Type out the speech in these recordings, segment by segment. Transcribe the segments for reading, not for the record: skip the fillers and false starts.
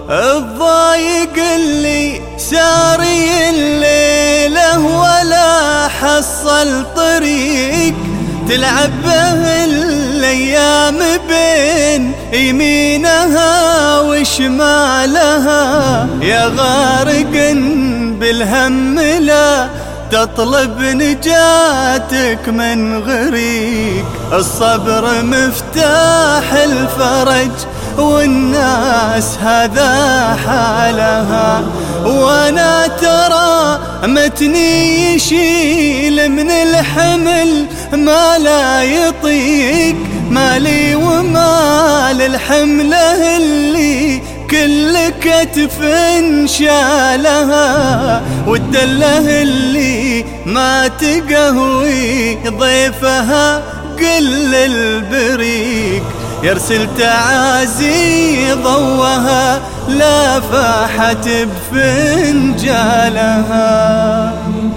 الضايق اللي ساري الليلة ولا حصل طريق، تلعب به الأيام بين يمينها وشمالها، يا غارق بالهم لا تطلب نجاتك من غريق. الصبر مفتاح الفرج والناس هذا حالها، وانا ترى متني يشيل من الحمل ما لا يطيق، مالي ومال الحمله اللي كل كتف شالها، والدله اللي ما تقهوي ضيفها قل البريق، يرسل تعازي ضوها لا فاحت بفنجالها.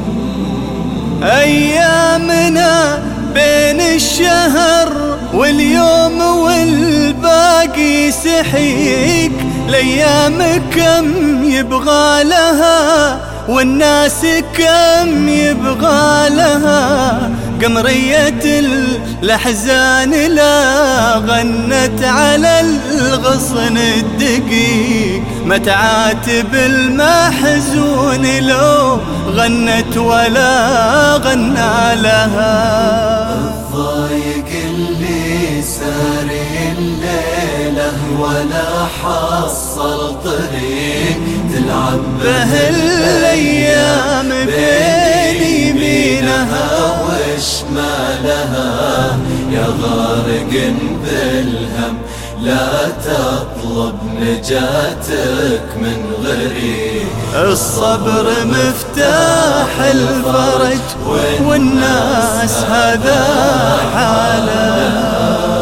أيامنا بين الشهر واليوم والباقي سحيق، الأيام كم يبغى لها والناس كم يبغى لها، قمرية الأحزان لا غنت على الغصن الدقيق، ما تعاتب المحزون لو غنت ولا غنى لها. الضايق اللي ساري الليلة ولا حصل طريق، تلعب به الأيام بين يمينها وشمالها، يا غارق بالهم لا تطلب نجاتك من غريب. الصبر مفتاح الفرج والناس هذا حالها.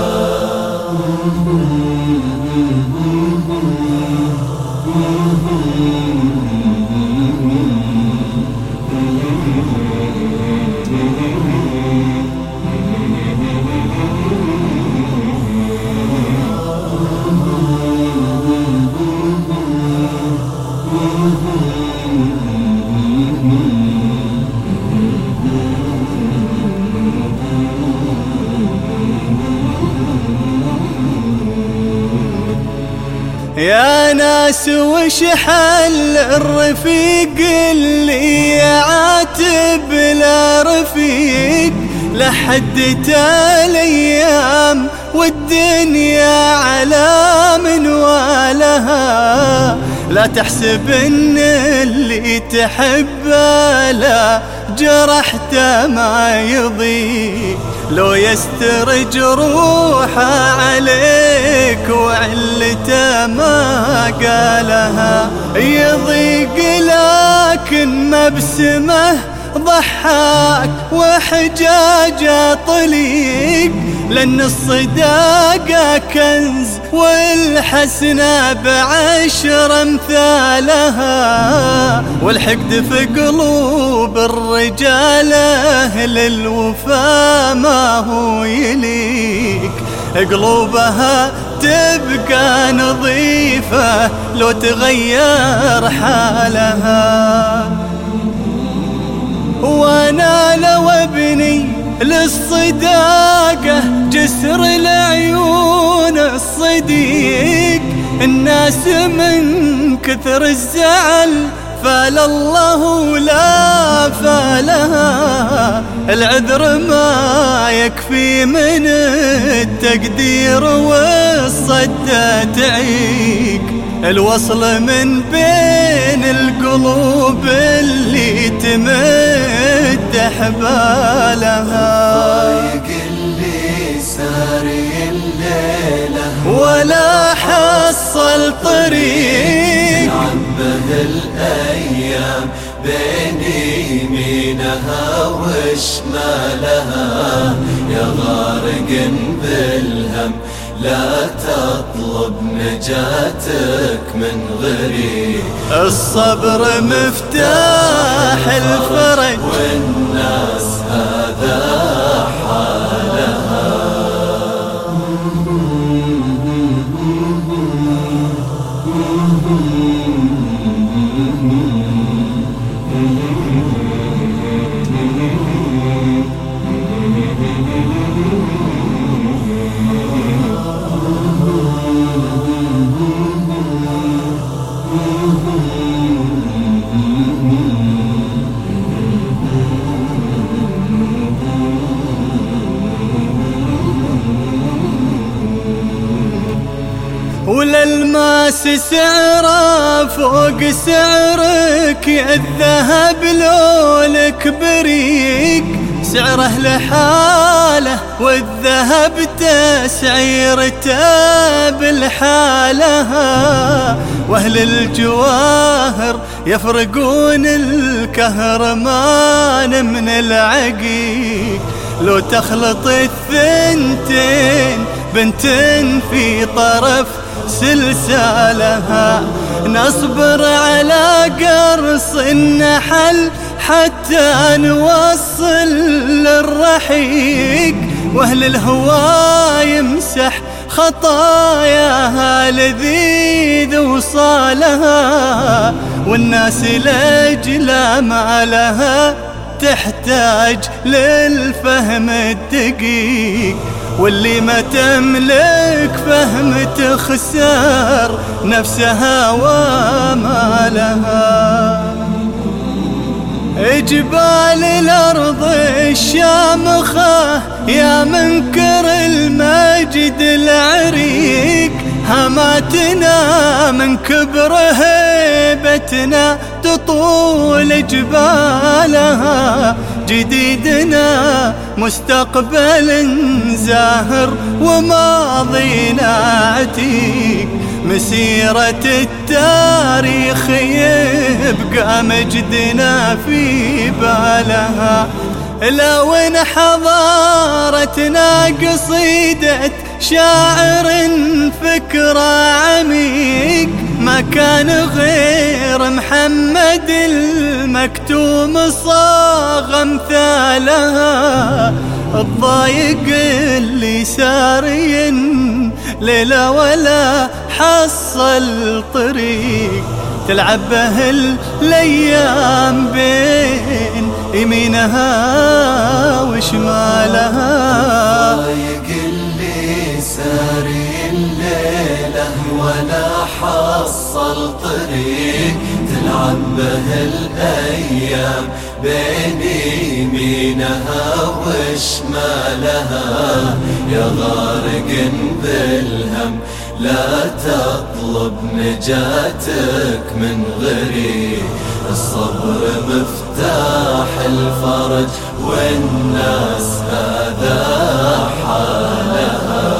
يا ناس وش حل الرفيق اللي يعاتب لا رفيق، لحدت الايام والدنيا على منوالها، لا تحسب ان اللي تحبه لا جرحته ما يضيق، لو يسترج روحه عليك وعلته ما قالها، يضيق لكن مبسمه ضحاك وحجاجه طليق، لأن الصداقة كنز والحسنة بعشر أمثالها، والحقد في قلوب الرجال أهل الوفا ما هو يليق، قلوبها تبقى نظيفة لو تغير حالها. وانا لو ابني للصداقة جسر العيون الصديق، الناس من كثر الزعل فال الله لا فالها، العذر ما يكفي من التقدير والصدة تعيق، الوصل من بين القلوب اللي تمد حبالها. الضايق اللي ساري الليلة ولا حصل طريق، عبد الأيام بين يمينها وشمالها، يا غارق بالهم لا تطلب نجاتك من غريب. الصبر مفتاح الفرج والناس هذا حالها. والماس سعره فوق سعرك، يا الذهب لولك بريق سعره لحاله، والذهب تسعيرته بالحاله. واهل الجواهر يفرقون الكهرمان من العقيق، لو تخلط الثنتين بنت في طرف سلسالها. نصبر على قرص النحل حتى نوصل للرحيق، واهل الهوى يمسح خطاياها لذيذ وصالها، والناس لاجل ما لها تحتاج للفهم الدقيق، واللي ما تملك فهم تخسر نفسها ومالها. جبال الأرض الشامخة يا منكر المجد العريق، هاماتنا من كبر هيبتنا تطول جبالها. جديدنا مستقبل زاهر وماضينا عتيق، مسيرة التاريخ يبقى مجدنا في بالها. لو ان حضارتنا قصيدة شاعر فكرة عميق، ما كان غير محمد المكتوم صاغ امثالها. الضايق اللي ساري ليلة ولا حصل طريق، تلعب به الايام بين يمينها وشمالها. الضايق اللي ساري الليلة ولا حصل طريق، تلعب به الايام بين يمينها وشمالها. يا غارق بالهم لا تطلب نجاتك من غريب، الصبر مفتاح الفرج والناس هذا حالها.